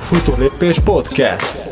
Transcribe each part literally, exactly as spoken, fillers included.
Futólépés Podcast.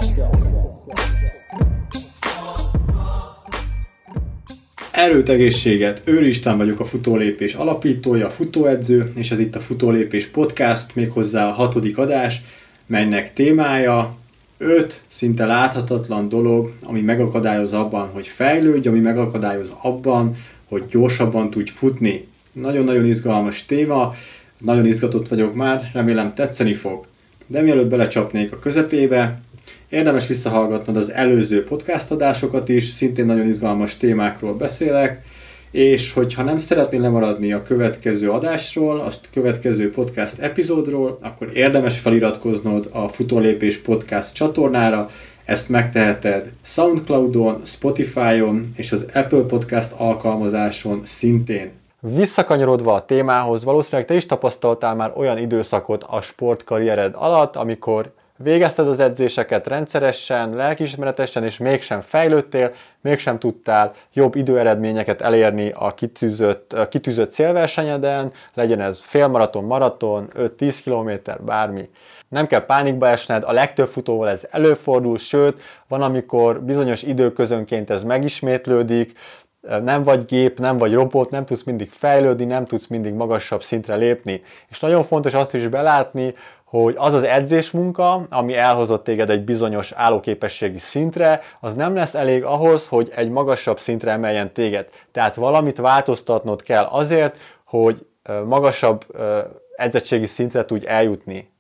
Erőt, egészséget! Őri István vagyok, a Futólépés alapítója, futóedző, és ez itt a Futólépés Podcast, méghozzá a hatodik adás, melynek témája öt szinte láthatatlan dolog, ami megakadályoz abban, hogy fejlődj, ami megakadályoz abban, hogy gyorsabban tudj futni. Nagyon-nagyon izgalmas téma, nagyon izgatott vagyok már, remélem tetszeni fog. De mielőtt belecsapnék a közepébe, érdemes visszahallgatnod az előző podcast adásokat is, szintén nagyon izgalmas témákról beszélek, és hogyha nem szeretnél lemaradni a következő adásról, a következő podcast epizódról, akkor érdemes feliratkoznod a Futólépés Podcast csatornára, ezt megteheted SoundCloudon, Spotify-on és az Apple Podcast alkalmazáson szintén. Visszakanyarodva a témához, valószínűleg te is tapasztaltál már olyan időszakot a sportkarriered alatt, amikor végezted az edzéseket rendszeresen, lelkiismeretesen, és mégsem fejlődtél, mégsem tudtál jobb időeredményeket elérni a kitűzött, a kitűzött célversenyeden, legyen ez félmaraton, maraton, öt-tíz kilométer, bármi. Nem kell pánikba esned, a legtöbb futóval ez előfordul, sőt, van, amikor bizonyos időközönként ez megismétlődik, nem vagy gép, nem vagy robot, nem tudsz mindig fejlődni, nem tudsz mindig magasabb szintre lépni. És nagyon fontos azt is belátni, hogy az az edzésmunka, ami elhozott téged egy bizonyos állóképességi szintre, az nem lesz elég ahhoz, hogy egy magasabb szintre emeljen téged. Tehát valamit változtatnod kell azért, hogy magasabb edzettségi szintre tudj eljutni.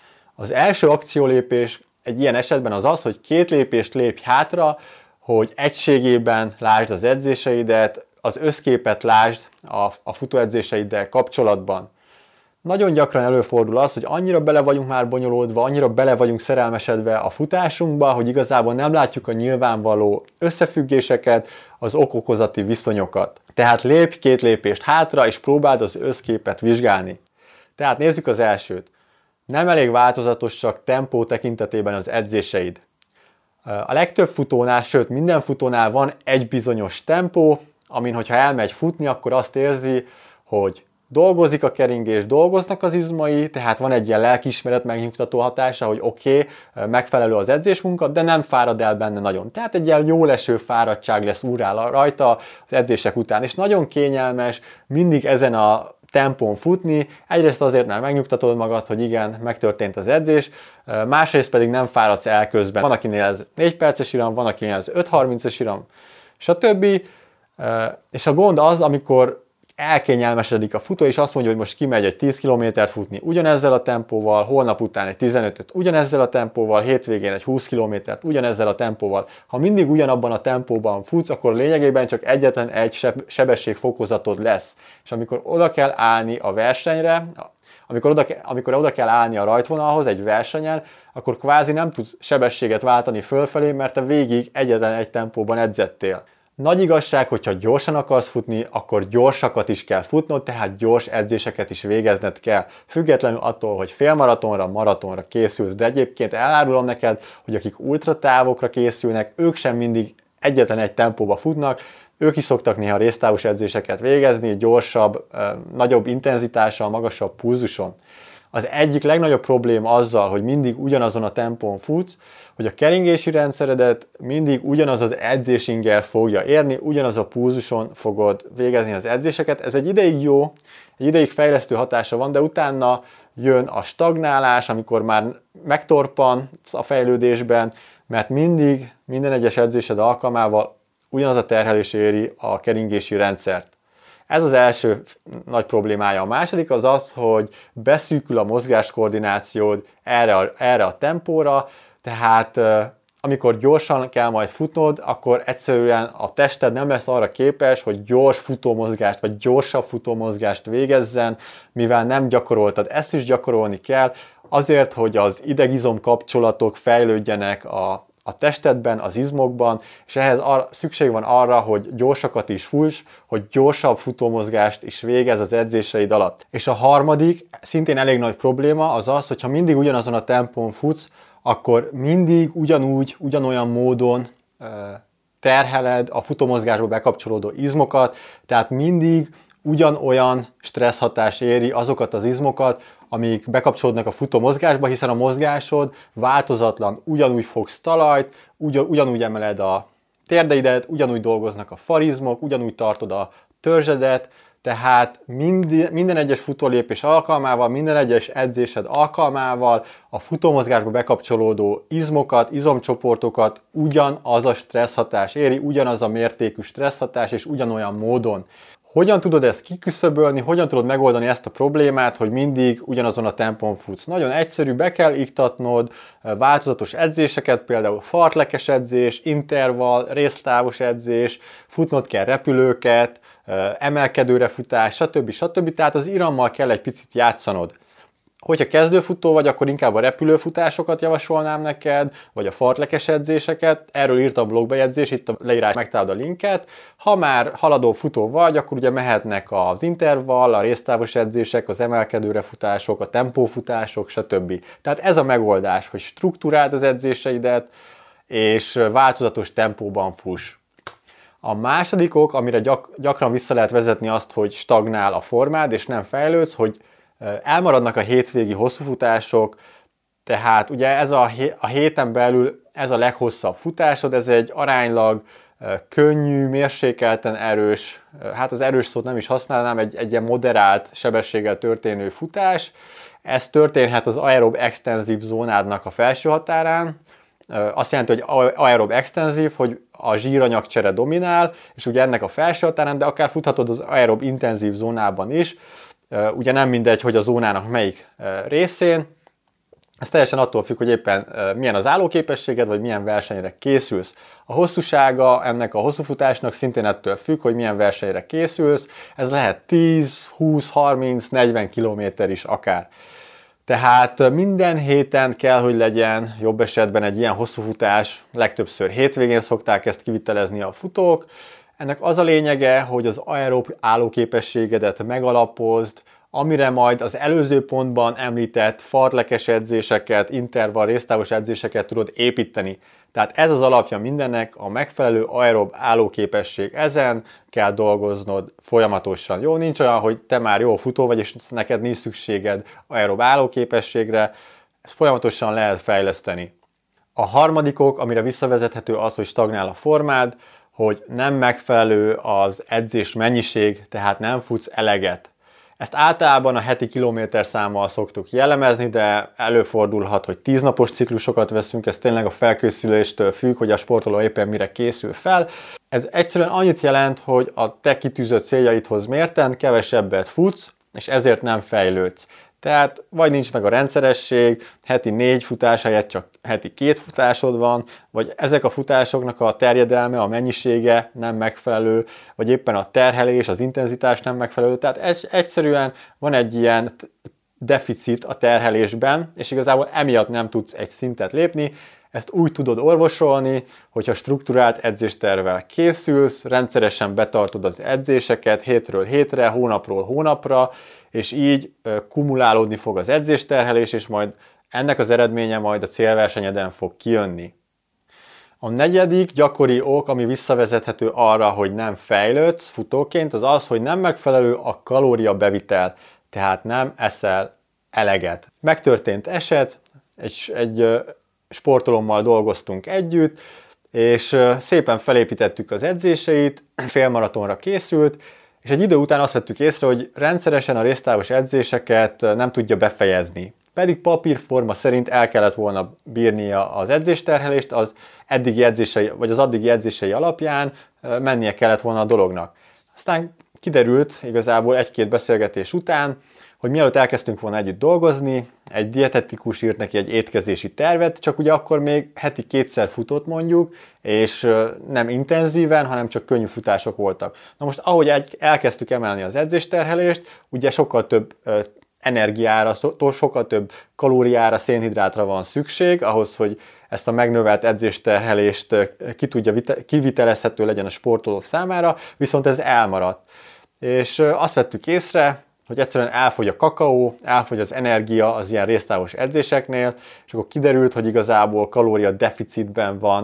Az első akciólépés egy ilyen esetben az az, hogy két lépést lépj hátra, hogy egységében lásd az edzéseidet, az összképet lásd a, a futóedzéseiddel kapcsolatban. Nagyon gyakran előfordul az, hogy annyira bele vagyunk már bonyolódva, annyira bele vagyunk szerelmesedve a futásunkba, hogy igazából nem látjuk a nyilvánvaló összefüggéseket, az ok-okozati viszonyokat. Tehát lépj két lépést hátra, és próbáld az összképet vizsgálni. Tehát nézzük az elsőt. Nem elég változatosak tempó tekintetében az edzéseid. A legtöbb futónál, sőt minden futónál van egy bizonyos tempó, amin hogyha elmegy futni, akkor azt érzi, hogy dolgozik a keringés, dolgoznak az izmai, tehát van egy ilyen lelkiismeret megnyugtató hatása, hogy oké, okay, megfelelő az edzésmunka, de nem fárad el benne nagyon. Tehát egy ilyen jól eső fáradtság lesz úrrá rajta az edzések után, és nagyon kényelmes mindig ezen a tempón futni, egyrészt azért, mert megnyugtatod magad, hogy igen, megtörtént az edzés, másrészt pedig nem fáradsz el közben. Van, akinél ez négy perces iram, van, akinél ez öt harmincas iram, stb. És a gond az, amikor elkényelmesedik a futó, és azt mondja, hogy most kimegy egy tíz kilométert futni ugyanezzel a tempóval, holnap után egy tizenötöt ugyanezzel a tempóval, hétvégén egy húsz kilométert ugyanezzel a tempóval. Ha mindig ugyanabban a tempóban futsz, akkor lényegében csak egyetlen egy sebességfokozatod lesz. És amikor oda kell állni a versenyre, amikor oda, amikor oda kell állni a rajtvonalhoz egy versenyen, akkor kvázi nem tudsz sebességet váltani fölfelé, mert te végig egyetlen egy tempóban edzettél. Nagy igazság, hogyha gyorsan akarsz futni, akkor gyorsakat is kell futnod, tehát gyors edzéseket is végezned kell. Függetlenül attól, hogy félmaratonra, maratonra készülsz, de egyébként elárulom neked, hogy akik ultratávokra készülnek, ők sem mindig egyetlen egy tempóba futnak, ők is szoktak néha résztávos edzéseket végezni, gyorsabb, nagyobb intenzitással, magasabb pulzuson. Az egyik legnagyobb probléma azzal, hogy mindig ugyanazon a tempón futsz, hogy a keringési rendszeredet mindig ugyanaz az edzésinger fogja érni, ugyanaz a pulzuson fogod végezni az edzéseket. Ez egy ideig jó, egy ideig fejlesztő hatása van, de utána jön a stagnálás, amikor már megtorpansz a fejlődésben, mert mindig, minden egyes edzésed alkalmával ugyanaz a terhelés éri a keringési rendszert. Ez az első nagy problémája. A második az az, hogy beszűkül a mozgáskoordinációd erre a, erre a tempóra, tehát amikor gyorsan kell majd futnod, akkor egyszerűen a tested nem lesz arra képes, hogy gyors futómozgást vagy gyorsabb futómozgást végezzen, mivel nem gyakoroltad. Ezt is gyakorolni kell azért, hogy az ideg-izom kapcsolatok fejlődjenek a a testedben, az izmokban, és ehhez ar- szükség van arra, hogy gyorsakat is fuss, hogy gyorsabb futómozgást is végez az edzéseid alatt. És a harmadik, szintén elég nagy probléma az az, hogyha mindig ugyanazon a tempón futsz, akkor mindig ugyanúgy, ugyanolyan módon terheled a futómozgásba bekapcsolódó izmokat, tehát mindig ugyanolyan stressz hatás éri azokat az izmokat, amik bekapcsolódnak a futó mozgásba, hiszen a mozgásod változatlan, ugyanúgy fogsz talajt, ugyan, ugyanúgy emeled a térdeidet, ugyanúgy dolgoznak a farizmok, ugyanúgy tartod a törzsedet, tehát mind, minden egyes futólépés alkalmával, minden egyes edzésed alkalmával a futómozgásba bekapcsolódó izmokat, izomcsoportokat ugyanaz a stresszhatás éri, ugyanaz a mértékű stresszhatás, és ugyanolyan módon. Hogyan tudod ezt kiküszöbölni, hogyan tudod megoldani ezt a problémát, hogy mindig ugyanazon a tempón futsz? Nagyon egyszerű, be kell iktatnod változatos edzéseket, például fartlekes edzés, intervall, résztávos edzés, futnod kell repülőket, emelkedőre futás, stb. stb. Tehát az irammal kell egy picit játszanod. Hogyha kezdőfutó vagy, akkor inkább a repülőfutásokat javasolnám neked, vagy a fartlekes edzéseket. Erről írtam blogbejegyzés, itt a leírás megtalálod a linket. Ha már haladó futó vagy, akkor ugye mehetnek az intervall, a résztávos edzések, az emelkedőre futások, a tempófutások, stb. Tehát ez a megoldás, hogy strukturáld az edzéseidet, és változatos tempóban fuss. A második ok, amire gyak, gyakran vissza lehet vezetni azt, hogy stagnál a formád, és nem fejlődsz, hogy elmaradnak a hétvégi hosszúfutások, tehát ugye ez a, a héten belül ez a leghosszabb futásod, ez egy aránylag könnyű, mérsékelten erős, hát az erős szót nem is használnám, egy, egy ilyen moderált sebességgel történő futás. Ez történhet az aerob extenzív zónádnak a felső határán. Azt jelenti, hogy aerob extenzív, hogy a zsíranyagcsere dominál, és ugye ennek a felső határán, de akár futhatod az aerob intenzív zónában is. Ugye nem mindegy, hogy a zónának melyik részén. Ez teljesen attól függ, hogy éppen milyen az állóképességed, vagy milyen versenyre készülsz. A hosszúsága ennek a hosszúfutásnak szintén ettől függ, hogy milyen versenyre készülsz. Ez lehet tíz, húsz, harminc, negyven kilométer is akár. Tehát minden héten kell, hogy legyen jobb esetben egy ilyen hosszúfutás, legtöbbször hétvégén szokták ezt kivitelezni a futók. Ennek az a lényege, hogy az aerob állóképességedet megalapozd, amire majd az előző pontban említett fartlekes edzéseket, intervall résztávos edzéseket tudod építeni. Tehát ez az alapja mindennek, a megfelelő aerob állóképesség. Ezen kell dolgoznod folyamatosan. Jó, nincs olyan, hogy te már jó futó vagy, és neked nincs szükséged aerob állóképességre. Ezt folyamatosan lehet fejleszteni. A harmadik ok, amire visszavezethető az, hogy stagnál a formád, hogy nem megfelelő az edzés mennyiség, tehát nem futsz eleget. Ezt általában a heti kilométerszámmal szoktuk jellemezni, de előfordulhat, hogy tíz napos ciklusokat veszünk, ez tényleg a felkészüléstől függ, hogy a sportoló éppen mire készül fel. Ez egyszerűen annyit jelent, hogy a te kitűzött céljaidhoz mérten kevesebbet futsz, és ezért nem fejlődsz. Tehát vagy nincs meg a rendszeresség, heti négy futás helyett csak heti két futásod van, vagy ezek a futásoknak a terjedelme, a mennyisége nem megfelelő, vagy éppen a terhelés, az intenzitás nem megfelelő. Tehát ez egyszerűen van egy ilyen deficit a terhelésben, és igazából emiatt nem tudsz egy szintet lépni. Ezt úgy tudod orvosolni, hogyha strukturált edzéstervvel készülsz, rendszeresen betartod az edzéseket hétről hétre, hónapról hónapra, és így kumulálódni fog az edzésterhelés, és majd ennek az eredménye majd a célversenyeden fog kijönni. A negyedik gyakori ok, ami visszavezethető arra, hogy nem fejlődsz futóként, az az, hogy nem megfelelő a kalóriabevitel, tehát nem eszel eleget. Megtörtént eset, egy, egy sportolómmal dolgoztunk együtt, és szépen felépítettük az edzéseit, félmaratonra készült, és egy idő után azt vettük észre, hogy rendszeresen a résztávos edzéseket nem tudja befejezni. Pedig papírforma szerint el kellett volna bírnia az edzésterhelést, az eddigi edzései, vagy az addigi edzései alapján mennie kellett volna a dolognak. Aztán kiderült igazából egy-két beszélgetés után, hogy mielőtt elkezdtünk volna együtt dolgozni, egy dietetikus írt neki egy étkezési tervet, csak ugye akkor még heti kétszer futott mondjuk, és nem intenzíven, hanem csak könnyű futások voltak. Na most ahogy elkezdtük emelni az edzésterhelést, ugye sokkal több energiára, sokkal több kalóriára, szénhidrátra van szükség, ahhoz, hogy ezt a megnövelt edzésterhelést ki tudja, kivitelezhető legyen a sportoló számára, viszont ez elmaradt. És azt vettük észre, hogy egyszerűen elfogy a kakaó, elfogy az energia az ilyen résztávos edzéseknél, és akkor kiderült, hogy igazából kalória deficitben van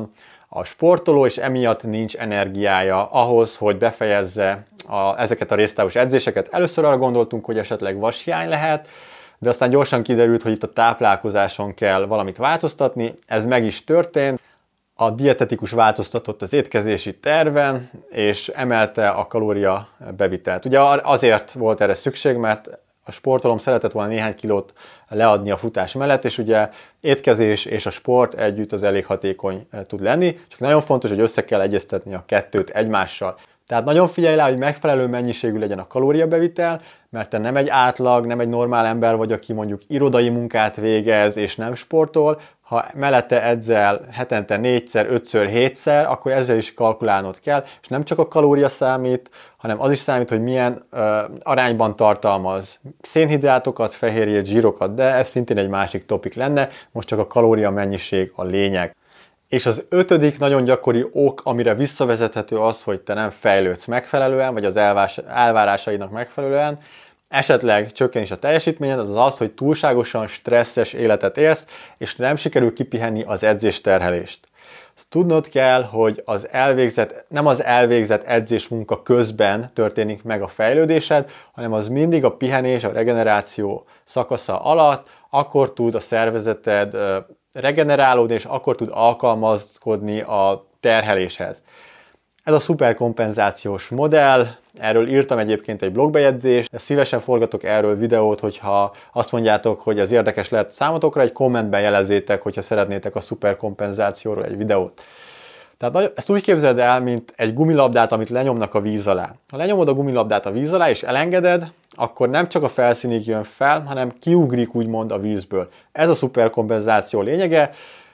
a sportoló, és emiatt nincs energiája ahhoz, hogy befejezze a, ezeket a résztávos edzéseket. Először arra gondoltunk, hogy esetleg vashiány lehet, de aztán gyorsan kiderült, hogy itt a táplálkozáson kell valamit változtatni, ez meg is történt. A dietetikus változtatott az étkezési terven, és emelte a kalória bevitelt. Ugye azért volt erre szükség, mert a sportolom szeretett volna néhány kilót leadni a futás mellett, és ugye étkezés és a sport együtt az elég hatékony tud lenni, csak nagyon fontos, hogy össze kell egyeztetni a kettőt egymással. Tehát nagyon figyelj rá, hogy megfelelő mennyiségű legyen a kalóriabevitel, mert te nem egy átlag, nem egy normál ember vagy, aki mondjuk irodai munkát végez és nem sportol. Ha mellette edzel hetente négyszer, ötször, hétszer, akkor ezzel is kalkulálnod kell, és nem csak a kalória számít, hanem az is számít, hogy milyen ö, arányban tartalmaz szénhidrátokat, fehérjét, zsírokat, de ez szintén egy másik topik lenne, most csak a kalória mennyiség a lényeg. És az ötödik nagyon gyakori ok, amire visszavezethető az, hogy te nem fejlődsz megfelelően, vagy az elvás, elvárásainak megfelelően, esetleg csökken is a teljesítményed, az az, hogy túlságosan stresszes életet élsz, és nem sikerül kipihenni az edzésterhelést. Azt tudnod kell, hogy az elvégzett, nem az elvégzett edzésmunka közben történik meg a fejlődésed, hanem az mindig a pihenés, a regeneráció szakasza alatt, akkor tud a szervezeted regenerálódni, és akkor tud alkalmazkodni a terheléshez. Ez a szuperkompenzációs modell, erről írtam egyébként egy blogbejegyzést, de szívesen forgatok erről videót, hogyha azt mondjátok, hogy ez érdekes lehet számotokra, egy kommentben jelezzétek, hogyha szeretnétek a szuperkompenzációról egy videót. Tehát ezt úgy képzeld el, mint egy gumilabdát, amit lenyomnak a víz alá. Ha lenyomod a gumilabdát a víz alá és elengeded, akkor nem csak a felszínig jön fel, hanem kiugrik úgymond a vízből. Ez a szuperkompenzáció lényege,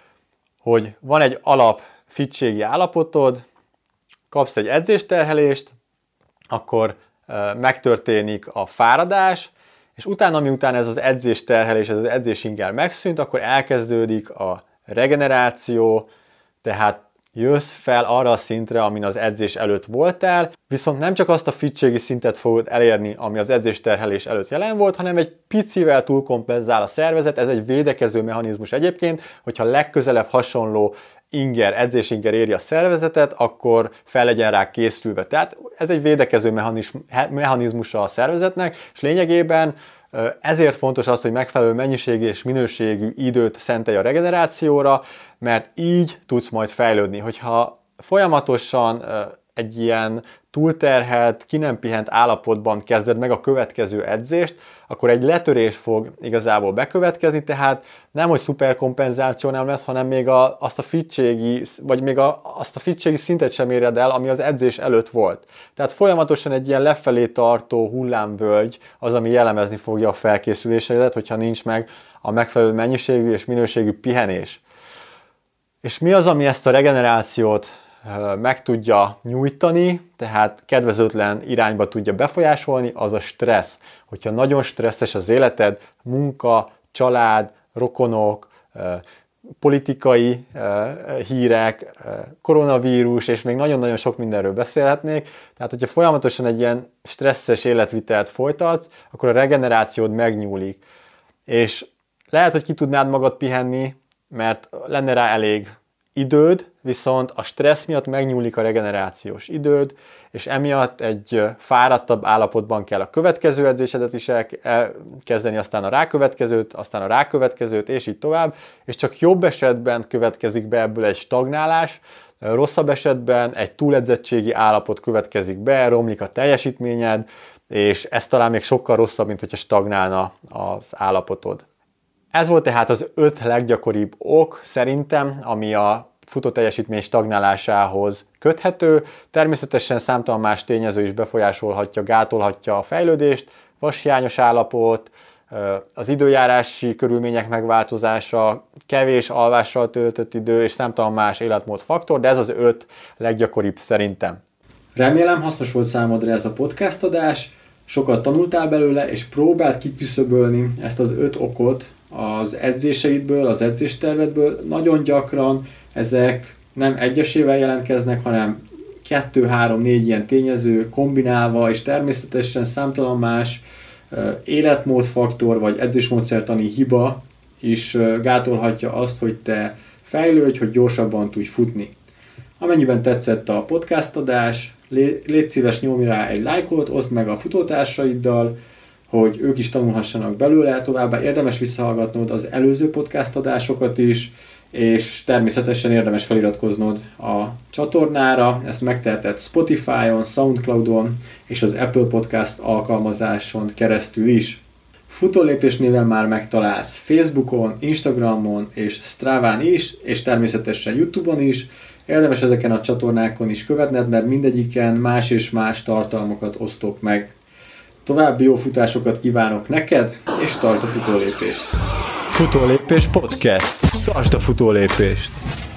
hogy van egy alap fittségi állapotod, kapsz egy edzésterhelést, akkor e, megtörténik a fáradás, és utána, miután ez az edzésterhelés, ez az edzésinger megszűnt, akkor elkezdődik a regeneráció, tehát jössz fel arra a szintre, amin az edzés előtt voltál, viszont nem csak azt a fittségi szintet fogod elérni, ami az edzésterhelés előtt jelen volt, hanem egy picivel túlkompenzál a szervezet, ez egy védekező mechanizmus egyébként, hogyha legközelebb hasonló inger, edzésinger éri a szervezetet, akkor fel legyen rá készülve. Tehát ez egy védekező mechanizmusa a szervezetnek, és lényegében ezért fontos az, hogy megfelelő mennyiségű és minőségű időt szentelj a regenerációra, mert így tudsz majd fejlődni. Hogyha folyamatosan egy ilyen túlterhelt, ki nem pihent állapotban kezded meg a következő edzést, akkor egy letörés fog igazából bekövetkezni, tehát nem, hogy szuperkompenzáció nem lesz, hanem még a, azt a fittségi, vagy még a, azt a fittségi szintet sem éred el, ami az edzés előtt volt. Tehát folyamatosan egy ilyen lefelé tartó hullámvölgy az, ami jellemezni fogja a felkészülésedet, hogyha nincs meg a megfelelő mennyiségű és minőségű pihenés. És mi az, ami ezt a regenerációt meg tudja nyújtani, tehát kedvezőtlen irányba tudja befolyásolni, az a stressz. Hogyha nagyon stresszes az életed, munka, család, rokonok, politikai hírek, koronavírus, és még nagyon-nagyon sok mindenről beszélhetnék. Tehát, hogyha folyamatosan egy ilyen stresszes életvitelt folytatsz, akkor a regenerációd megnyúlik. És lehet, hogy ki tudnád magad pihenni, mert lenne rá elég időd, viszont a stressz miatt megnyúlik a regenerációs időd, és emiatt egy fáradtabb állapotban kell a következő edzésedet is elkezdeni, aztán a rákövetkezőt, aztán a rákövetkezőt, és így tovább, és csak jobb esetben következik be ebből egy stagnálás, rosszabb esetben egy túledzettségi állapot következik be, romlik a teljesítményed, és ez talán még sokkal rosszabb, mint hogyha stagnálna az állapotod. Ez volt tehát az öt leggyakoribb ok szerintem, ami a futóteljesítmény stagnálásához köthető. Természetesen számtalan más tényező is befolyásolhatja, gátolhatja a fejlődést, vashiányos állapot, az időjárási körülmények megváltozása, kevés alvással töltött idő és számtalan más életmódfaktor, de ez az öt leggyakoribb szerintem. Remélem hasznos volt számodra ez a podcast adás, sokat tanultál belőle, és próbáld kiküszöbölni ezt az öt okot az edzéseidből, az edzéstervedből. Nagyon gyakran ezek nem egyesével jelentkeznek, hanem kettő, három, négy ilyen tényező kombinálva, és természetesen számtalan más életmódfaktor vagy edzésmódszertani hiba is gátolhatja azt, hogy te fejlődj, hogy gyorsabban tudj futni. Amennyiben tetszett a podcast adás, légy szíves, nyomj rá egy lájkot, oszd meg a futótársaiddal, hogy ők is tanulhassanak belőle, továbbá érdemes visszahallgatnod az előző podcast adásokat is, és természetesen érdemes feliratkoznod a csatornára, ezt megteheted Spotify-on, Soundcloud-on és az Apple Podcast alkalmazáson keresztül is. Futólépés néven már megtalálsz Facebookon, Instagramon és Stráván is, és természetesen YouTube-on is. Érdemes ezeken a csatornákon is követned, mert mindegyiken más és más tartalmakat osztok meg. További jó futásokat kívánok neked, és tartsd a futólépést! Futólépés Podcast. Tartsd a futólépést!